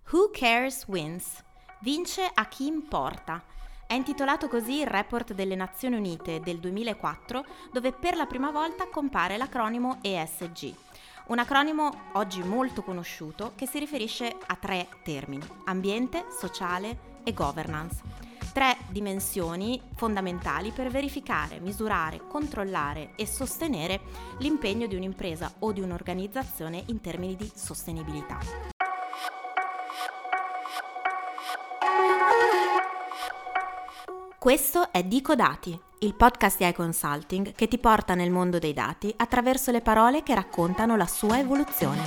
Who Cares Wins? Vince a chi importa. È intitolato così il report delle Nazioni Unite del 2004, dove per la prima volta compare l'acronimo ESG. Un acronimo oggi molto conosciuto che si riferisce a 3 termini: ambiente, sociale e governance. 3 dimensioni fondamentali per verificare, misurare, controllare e sostenere l'impegno di un'impresa o di un'organizzazione in termini di sostenibilità. Questo è Dico Dati, il podcast di iConsulting che ti porta nel mondo dei dati attraverso le parole che raccontano la sua evoluzione.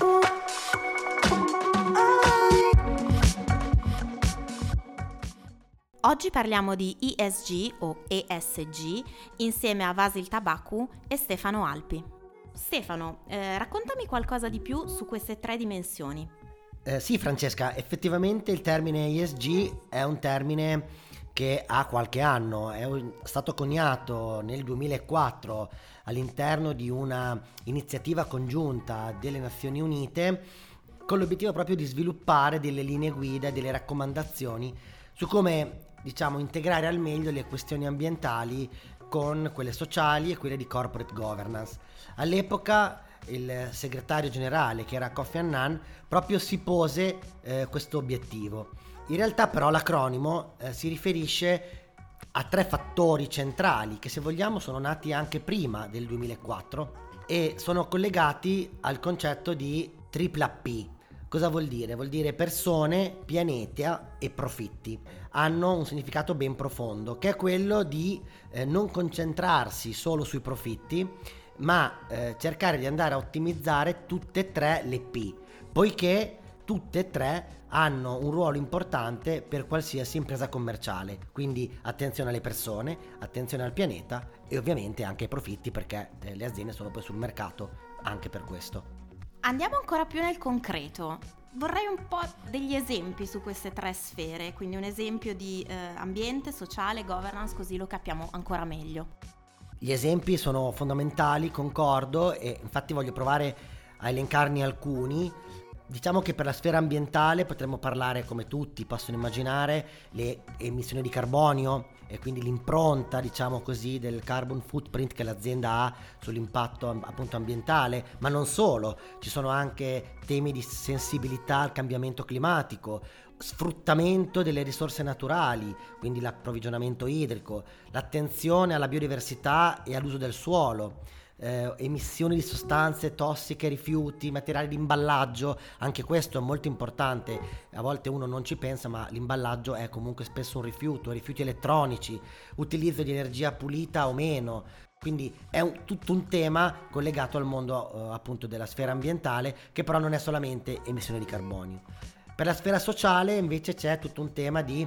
Oggi parliamo di ESG o ESG insieme a Vasil Tabacu e Stefano Alpi. Stefano, raccontami qualcosa di più su queste 3 dimensioni. Sì, Francesca, effettivamente il termine ESG è un termine che ha qualche anno, è stato coniato nel 2004 all'interno di una iniziativa congiunta delle Nazioni Unite con l'obiettivo proprio di sviluppare delle linee guida, delle raccomandazioni su come, integrare al meglio le questioni ambientali con quelle sociali e quelle di corporate governance. All'epoca il segretario generale, che era Kofi Annan, proprio si pose questo obiettivo. In realtà però l'acronimo si riferisce a 3 fattori centrali che, se vogliamo, sono nati anche prima del 2004 e sono collegati al concetto di tripla P. Cosa vuol dire? Vuol dire persone, pianeta e profitti. Hanno un significato ben profondo, che è quello di non concentrarsi solo sui profitti, ma cercare di andare a ottimizzare tutte e 3 le P, poiché tutte e 3 hanno un ruolo importante per qualsiasi impresa commerciale. Quindi attenzione alle persone, attenzione al pianeta e ovviamente anche ai profitti, perché le aziende sono poi sul mercato anche per questo. Andiamo ancora più nel concreto. Vorrei un po' degli esempi su queste 3 sfere, quindi un esempio di ambiente, sociale, governance, così lo capiamo ancora meglio. Gli esempi sono fondamentali, concordo, e infatti voglio provare a elencarne alcuni. Diciamo che per la sfera ambientale potremmo parlare, come tutti possono immaginare, le emissioni di carbonio e quindi l'impronta, del carbon footprint che l'azienda ha sull'impatto appunto ambientale, ma non solo, ci sono anche temi di sensibilità al cambiamento climatico, sfruttamento delle risorse naturali, quindi l'approvvigionamento idrico, l'attenzione alla biodiversità e all'uso del suolo, emissioni di sostanze tossiche, rifiuti, materiali di imballaggio. Anche questo è molto importante, a volte uno non ci pensa, ma l'imballaggio è comunque spesso un rifiuto, rifiuti elettronici, utilizzo di energia pulita o meno. Quindi è tutto un tema collegato al mondo appunto della sfera ambientale, che però non è solamente emissione di carbonio. Per la sfera sociale invece c'è tutto un tema di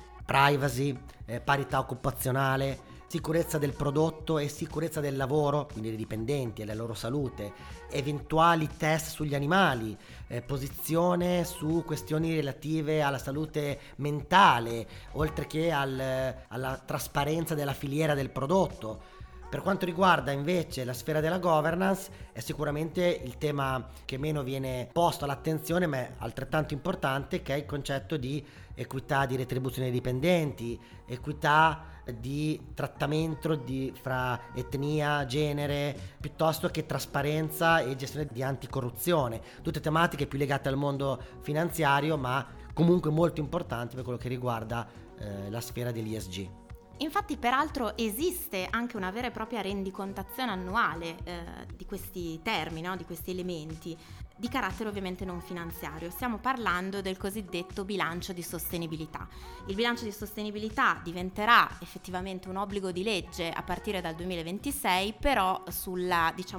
privacy, parità occupazionale, sicurezza del prodotto e sicurezza del lavoro, quindi dei dipendenti e la loro salute, eventuali test sugli animali, posizione su questioni relative alla salute mentale, oltre che alla trasparenza della filiera del prodotto. Per quanto riguarda invece la sfera della governance, è sicuramente il tema che meno viene posto all'attenzione, ma è altrettanto importante, che è il concetto di equità di retribuzione dei dipendenti, equità di trattamento fra etnia, genere, piuttosto che trasparenza e gestione di anticorruzione. Tutte tematiche più legate al mondo finanziario, ma comunque molto importanti per quello che riguarda la sfera dell'ESG. Infatti, peraltro, esiste anche una vera e propria rendicontazione annuale di questi termini, no? Di questi elementi, di carattere ovviamente non finanziario. Stiamo parlando del cosiddetto bilancio di sostenibilità. Il bilancio di sostenibilità diventerà effettivamente un obbligo di legge a partire dal 2026, però sui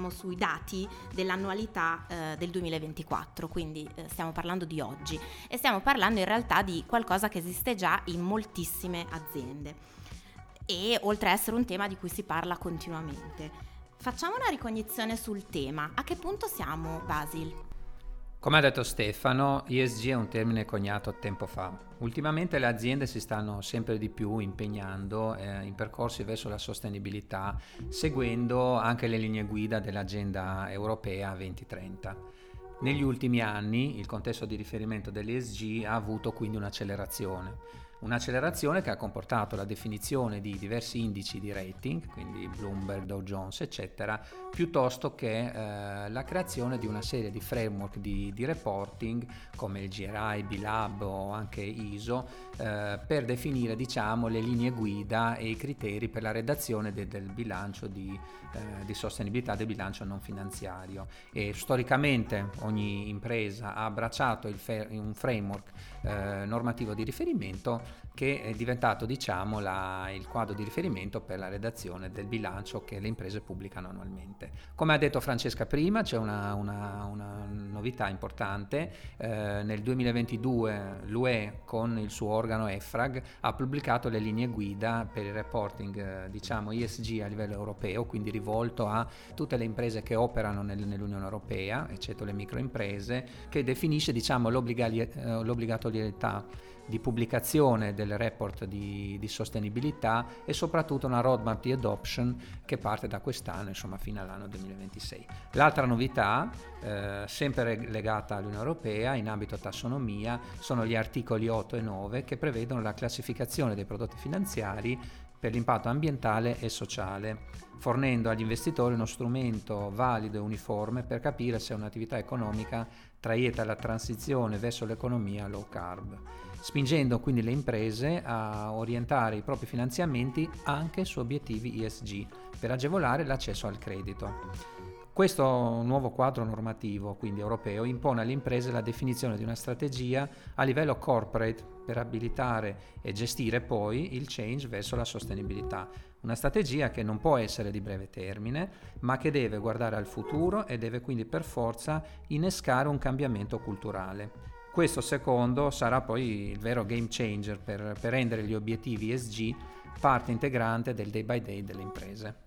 dati dell'annualità del 2024, quindi stiamo parlando di oggi e stiamo parlando in realtà di qualcosa che esiste già in moltissime aziende. E oltre a essere un tema di cui si parla continuamente. Facciamo una ricognizione sul tema. A che punto siamo, Vasil? Come ha detto Stefano, ESG è un termine coniato tempo fa. Ultimamente le aziende si stanno sempre di più impegnando in percorsi verso la sostenibilità, seguendo anche le linee guida dell'Agenda Europea 2030. Negli ultimi anni il contesto di riferimento dell'ESG ha avuto quindi un'accelerazione che ha comportato la definizione di diversi indici di rating, quindi Bloomberg, Dow Jones, eccetera, piuttosto che la creazione di una serie di framework di reporting come il GRI, B-Lab o anche ISO per definire, diciamo, le linee guida e i criteri per la redazione del bilancio di sostenibilità, del bilancio non finanziario. E storicamente ogni impresa ha abbracciato un framework normativo di riferimento che è diventato, diciamo, il quadro di riferimento per la redazione del bilancio che le imprese pubblicano annualmente. Come ha detto Francesca prima, c'è una novità importante. Nel 2022 l'UE con il suo organo EFRAG ha pubblicato le linee guida per il reporting diciamo ESG a livello europeo, quindi rivolto a tutte le imprese che operano nell'Unione Europea, eccetto le microimprese, che definisce, diciamo, l'obbligatorietà di pubblicazione del report di sostenibilità e soprattutto una roadmap di adoption che parte da quest'anno, insomma, fino all'anno 2026. L'altra novità, sempre legata all'Unione Europea in ambito tassonomia, sono gli articoli 8 e 9 che prevedono la classificazione dei prodotti finanziari per l'impatto ambientale e sociale, fornendo agli investitori uno strumento valido e uniforme per capire se un'attività economica traietta alla transizione verso l'economia low carb, spingendo quindi le imprese a orientare i propri finanziamenti anche su obiettivi ESG per agevolare l'accesso al credito. Questo nuovo quadro normativo, quindi europeo, impone alle imprese la definizione di una strategia a livello corporate per abilitare e gestire poi il change verso la sostenibilità. Una strategia che non può essere di breve termine, ma che deve guardare al futuro e deve quindi per forza innescare un cambiamento culturale. Questo secondo sarà poi il vero game changer per rendere gli obiettivi ESG parte integrante del day by day delle imprese.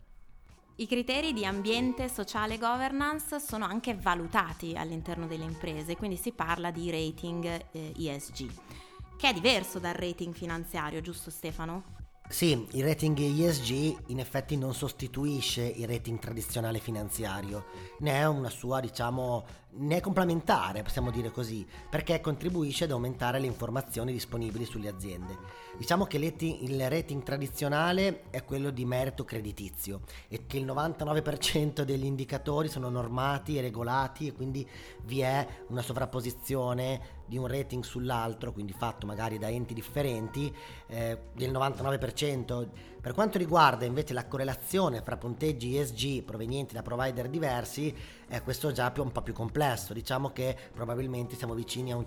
I criteri di ambiente, sociale e governance sono anche valutati all'interno delle imprese, quindi si parla di rating ESG, che è diverso dal rating finanziario, giusto Stefano? Sì, il rating ESG in effetti non sostituisce il rating tradizionale finanziario, ne è una sua, diciamo, ne è complementare, possiamo dire così, perché contribuisce ad aumentare le informazioni disponibili sulle aziende. Diciamo che il rating tradizionale è quello di merito creditizio e che il 99% degli indicatori sono normati e regolati e quindi vi è una sovrapposizione di un rating sull'altro, quindi fatto magari da enti differenti, del 99%. Per quanto riguarda invece la correlazione fra punteggi ESG provenienti da provider diversi, questo è già un po' più complesso. Diciamo che probabilmente siamo vicini a un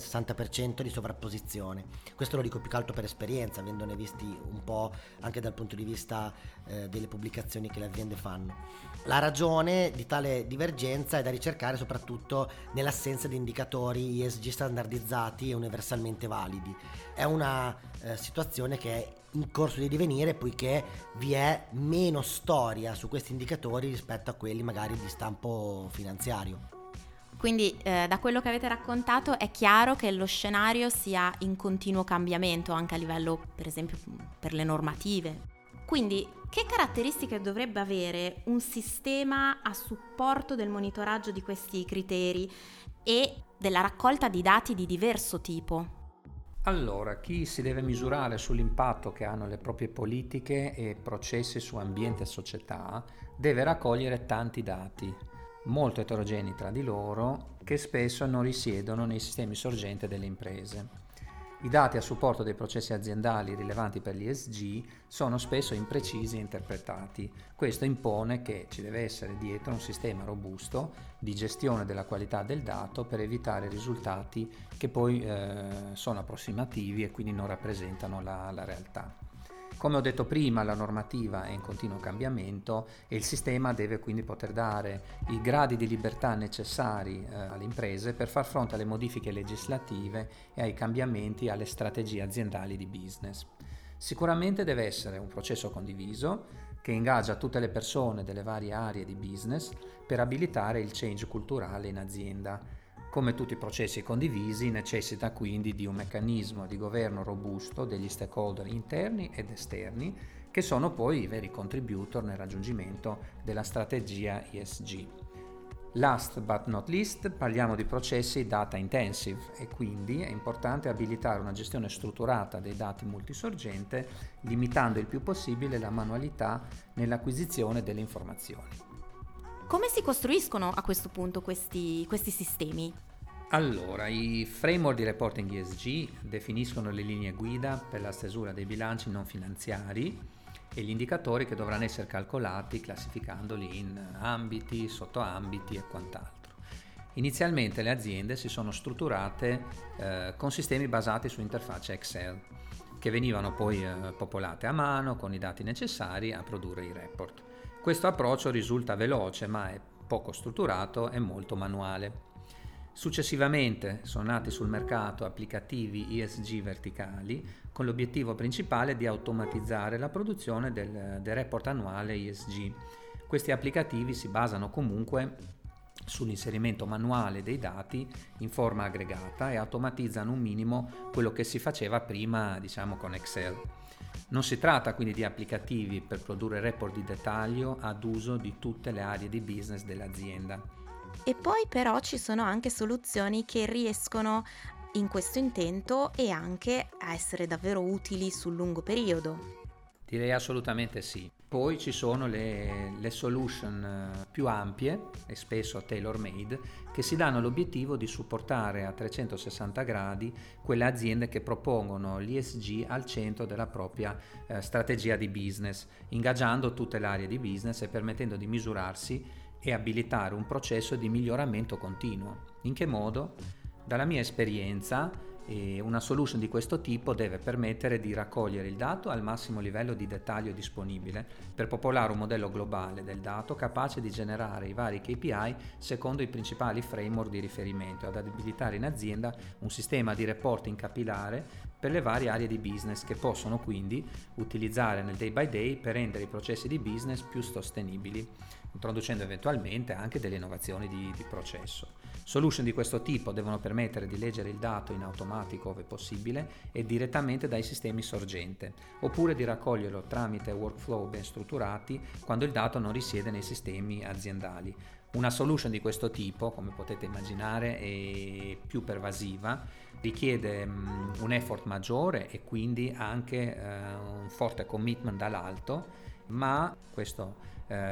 50-60% di sovrapposizione. Questo lo dico più che altro per esperienza, avendone visti un po' anche dal punto di vista delle pubblicazioni che le aziende fanno. La ragione di tale divergenza è da ricercare soprattutto nell'assenza di indicatori ESG standardizzati e universalmente validi. È una situazione che è in corso di divenire, poiché vi è meno storia su questi indicatori rispetto a quelli magari di stampo finanziario. Quindi da quello che avete raccontato è chiaro che lo scenario sia in continuo cambiamento anche a livello, per esempio, per le normative. Quindi che caratteristiche dovrebbe avere un sistema a supporto del monitoraggio di questi criteri e della raccolta di dati di diverso tipo? Allora, chi si deve misurare sull'impatto che hanno le proprie politiche e processi su ambiente e società deve raccogliere tanti dati, molto eterogenei tra di loro, che spesso non risiedono nei sistemi sorgenti delle imprese. I dati a supporto dei processi aziendali rilevanti per gli ESG sono spesso imprecisi e interpretati. Questo impone che ci deve essere dietro un sistema robusto di gestione della qualità del dato per evitare risultati che poi sono approssimativi e quindi non rappresentano la realtà. Come ho detto prima, la normativa è in continuo cambiamento e il sistema deve quindi poter dare i gradi di libertà necessari alle imprese per far fronte alle modifiche legislative e ai cambiamenti alle strategie aziendali di business. Sicuramente deve essere un processo condiviso che ingaggia tutte le persone delle varie aree di business per abilitare il change culturale in azienda. Come tutti i processi condivisi, necessita quindi di un meccanismo di governo robusto degli stakeholder interni ed esterni, che sono poi i veri contributor nel raggiungimento della strategia ESG. Last but not least, parliamo di processi data intensive e quindi è importante abilitare una gestione strutturata dei dati multisorgente, limitando il più possibile la manualità nell'acquisizione delle informazioni. Come si costruiscono a questo punto questi sistemi? Allora, i framework di reporting ESG definiscono le linee guida per la stesura dei bilanci non finanziari e gli indicatori che dovranno essere calcolati classificandoli in ambiti, sottoambiti e quant'altro. Inizialmente le aziende si sono strutturate con sistemi basati su interfacce Excel, che venivano poi popolate a mano con i dati necessari a produrre i report. Questo approccio risulta veloce, ma è poco strutturato e molto manuale. Successivamente sono nati sul mercato applicativi ESG verticali con l'obiettivo principale di automatizzare la produzione del report annuale ESG. Questi applicativi si basano comunque sull'inserimento manuale dei dati in forma aggregata e automatizzano un minimo quello che si faceva prima, con Excel. Non si tratta quindi di applicativi per produrre report di dettaglio ad uso di tutte le aree di business dell'azienda. E poi però ci sono anche soluzioni che riescono in questo intento e anche a essere davvero utili sul lungo periodo. Direi assolutamente sì. Poi ci sono le solution più ampie e spesso tailor-made che si danno l'obiettivo di supportare a 360 gradi quelle aziende che propongono l'ESG al centro della propria strategia di business, ingaggiando tutte le aree di business e permettendo di misurarsi e abilitare un processo di miglioramento continuo. In che modo? Dalla mia esperienza, una solution di questo tipo deve permettere di raccogliere il dato al massimo livello di dettaglio disponibile per popolare un modello globale del dato capace di generare i vari KPI secondo i principali framework di riferimento, ad abilitare in azienda un sistema di reporting capillare per le varie aree di business che possono quindi utilizzare nel day by day per rendere i processi di business più sostenibili, introducendo eventualmente anche delle innovazioni di processo. Solution di questo tipo devono permettere di leggere il dato in automatico ove possibile e direttamente dai sistemi sorgente, oppure di raccoglierlo tramite workflow ben strutturati quando il dato non risiede nei sistemi aziendali. Una solution di questo tipo, come potete immaginare, è più pervasiva, richiede un effort maggiore e quindi anche un forte commitment dall'alto, ma questo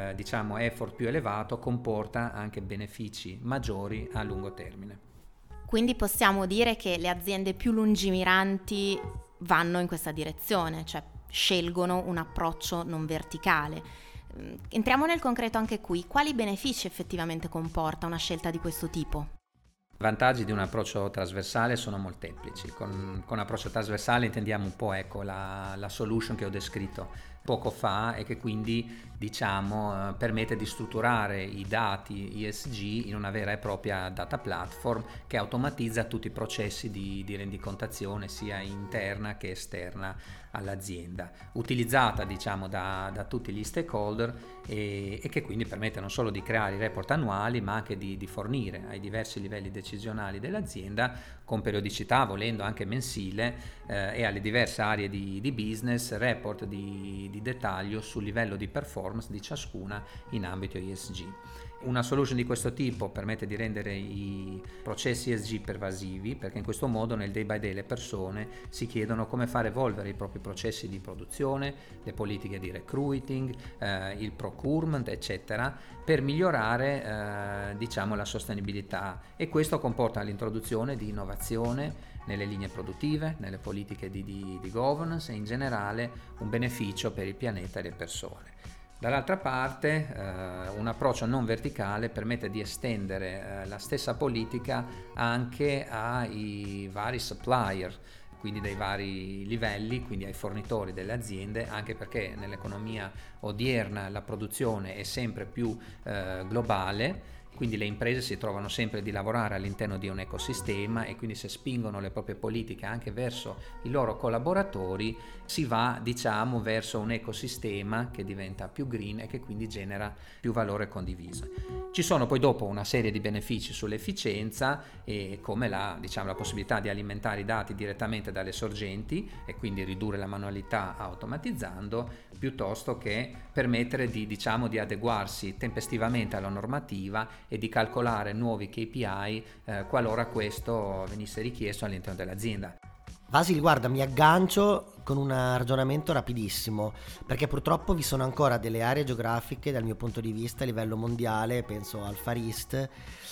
effort più elevato comporta anche benefici maggiori a lungo termine. Quindi possiamo dire che le aziende più lungimiranti vanno in questa direzione, cioè scelgono un approccio non verticale. Entriamo nel concreto anche qui. Quali benefici effettivamente comporta una scelta di questo tipo? I vantaggi di un approccio trasversale sono molteplici. Con approccio trasversale intendiamo un po' la solution che ho descritto poco fa e che quindi permette di strutturare i dati ESG in una vera e propria data platform che automatizza tutti i processi di rendicontazione sia interna che esterna all'azienda, utilizzata da tutti gli stakeholder e che quindi permette non solo di creare i report annuali ma anche di fornire ai diversi livelli decisionali dell'azienda con periodicità, volendo anche mensile, e alle diverse aree di business report di dettaglio sul livello di performance di ciascuna in ambito ESG. Una solution di questo tipo permette di rendere i processi ESG pervasivi, perché in questo modo nel day by day le persone si chiedono come fare evolvere i propri processi di produzione, le politiche di recruiting, il procurement, eccetera, per migliorare la sostenibilità, e questo comporta l'introduzione di innovazione nelle linee produttive, nelle politiche di governance e in generale un beneficio per il pianeta e le persone. Dall'altra parte un approccio non verticale permette di estendere la stessa politica anche ai vari supplier, quindi dai vari livelli, quindi ai fornitori delle aziende, anche perché nell'economia odierna la produzione è sempre più globale. Quindi le imprese si trovano sempre di lavorare all'interno di un ecosistema e quindi se spingono le proprie politiche anche verso i loro collaboratori si va verso un ecosistema che diventa più green e che quindi genera più valore condiviso. Ci sono poi dopo una serie di benefici sull'efficienza come la possibilità di alimentare i dati direttamente dalle sorgenti e quindi ridurre la manualità automatizzando, piuttosto che permettere di adeguarsi tempestivamente alla normativa e di calcolare nuovi KPI qualora questo venisse richiesto all'interno dell'azienda. Vasil, guarda, mi aggancio con un ragionamento rapidissimo, perché purtroppo vi sono ancora delle aree geografiche, dal mio punto di vista, a livello mondiale, penso al Far East,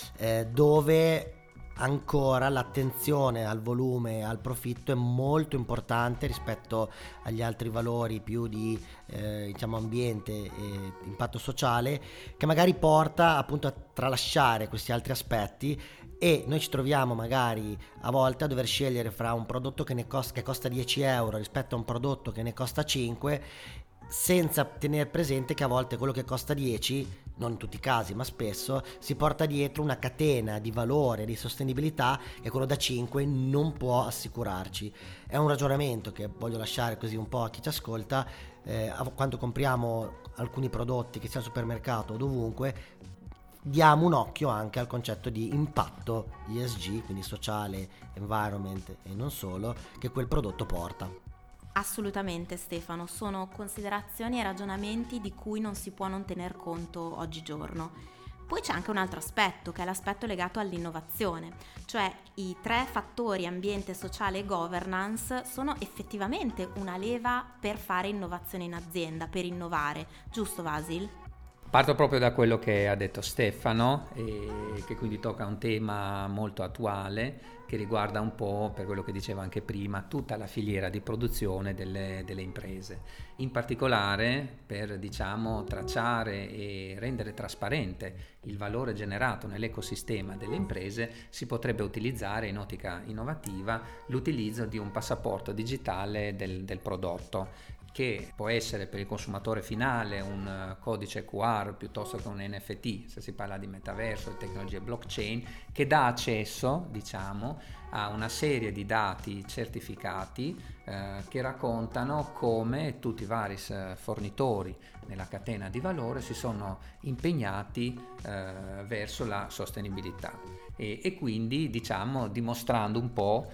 dove ancora l'attenzione al volume e al profitto è molto importante rispetto agli altri valori più di ambiente e impatto sociale, che magari porta appunto a tralasciare questi altri aspetti, e noi ci troviamo magari a volte a dover scegliere fra un prodotto che costa 10 euro rispetto a un prodotto che ne costa 5, senza tenere presente che a volte quello che costa 10, non in tutti i casi ma spesso, si porta dietro una catena di valore, di sostenibilità, che quello da 5 non può assicurarci. È un ragionamento che voglio lasciare così un po' a chi ci ascolta, quando compriamo alcuni prodotti, che sia al supermercato o dovunque, diamo un occhio anche al concetto di impatto ESG, quindi sociale, environment e non solo, che quel prodotto porta. Assolutamente Stefano, sono considerazioni e ragionamenti di cui non si può non tener conto oggigiorno. Poi c'è anche un altro aspetto, che è l'aspetto legato all'innovazione, cioè i 3 fattori ambiente, sociale e governance sono effettivamente una leva per fare innovazione in azienda, per innovare, giusto Vasil? Parto proprio da quello che ha detto Stefano, e che quindi tocca un tema molto attuale, che riguarda un po', per quello che diceva anche prima, tutta la filiera di produzione delle imprese. In particolare per, tracciare e rendere trasparente il valore generato nell'ecosistema delle imprese, si potrebbe utilizzare in ottica innovativa l'utilizzo di un passaporto digitale del prodotto, che può essere per il consumatore finale un codice QR piuttosto che un NFT, se si parla di metaverso e tecnologie blockchain, che dà accesso, a una serie di dati certificati che raccontano come tutti i vari fornitori nella catena di valore si sono impegnati verso la sostenibilità, e quindi dimostrando un po'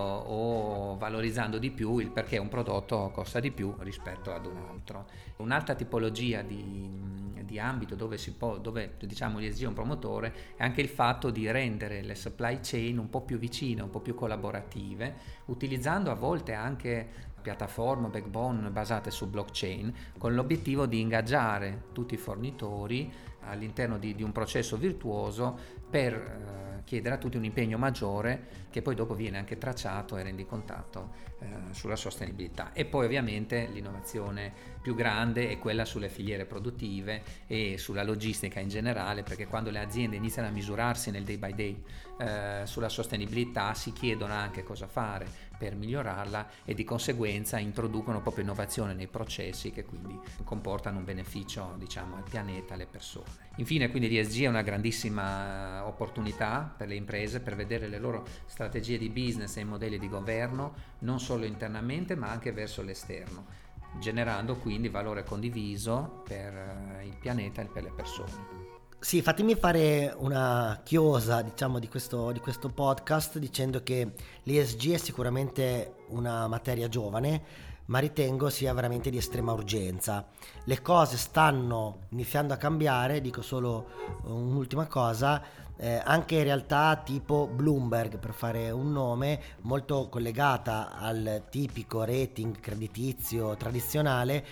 o valorizzando di più il perché un prodotto costa di più rispetto ad un altro. Un'altra tipologia di ambito dove l'ESG è un promotore è anche il fatto di rendere le supply chain un po' più vicine, un po' più collaborative, utilizzando a volte anche piattaforme backbone basate su blockchain, con l'obiettivo di ingaggiare tutti i fornitori all'interno di un processo virtuoso per chiedere a tutti un impegno maggiore, che poi dopo viene anche tracciato e rendicontato sulla sostenibilità. E poi ovviamente l'innovazione più grande è quella sulle filiere produttive e sulla logistica in generale, perché quando le aziende iniziano a misurarsi nel day by day sulla sostenibilità, si chiedono anche cosa fare per migliorarla, e di conseguenza introducono proprio innovazione nei processi, che quindi comportano un beneficio al pianeta, alle persone. Infine, quindi l'ESG è una grandissima opportunità per le imprese per vedere le loro strategie di business e i modelli di governo non solo internamente ma anche verso l'esterno, generando quindi valore condiviso per il pianeta e per le persone. Sì, fatemi fare una chiosa, di questo podcast, dicendo che l'ESG è sicuramente una materia giovane, ma ritengo sia veramente di estrema urgenza. Le cose stanno iniziando a cambiare, dico solo un'ultima cosa, anche in realtà tipo Bloomberg, per fare un nome, molto collegata al tipico rating creditizio tradizionale,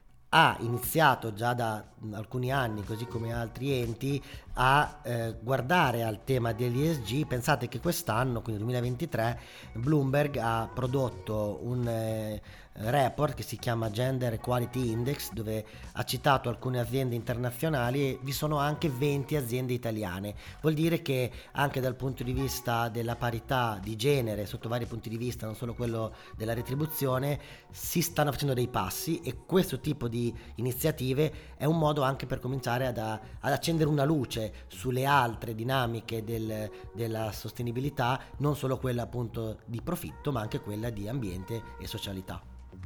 ha iniziato già da alcuni anni, così come altri enti, a guardare al tema degli ESG. Pensate che quest'anno, quindi 2023, Bloomberg ha prodotto un report che si chiama Gender Equality Index, dove ha citato alcune aziende internazionali, e vi sono anche 20 aziende italiane. Vuol dire che anche dal punto di vista della parità di genere, sotto vari punti di vista, non solo quello della retribuzione, si stanno facendo dei passi, e questo tipo di iniziative è un modo anche per cominciare ad accendere una luce sulle altre dinamiche della sostenibilità, non solo quella appunto di profitto, ma anche quella di ambiente e socialità.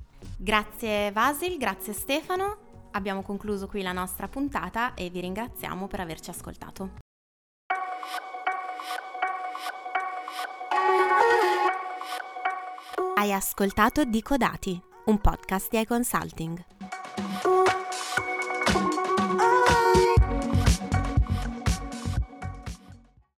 Grazie Vasil, grazie Stefano. Abbiamo concluso qui la nostra puntata e vi ringraziamo per averci ascoltato. Hai ascoltato Dico Dati, un podcast di iConsulting.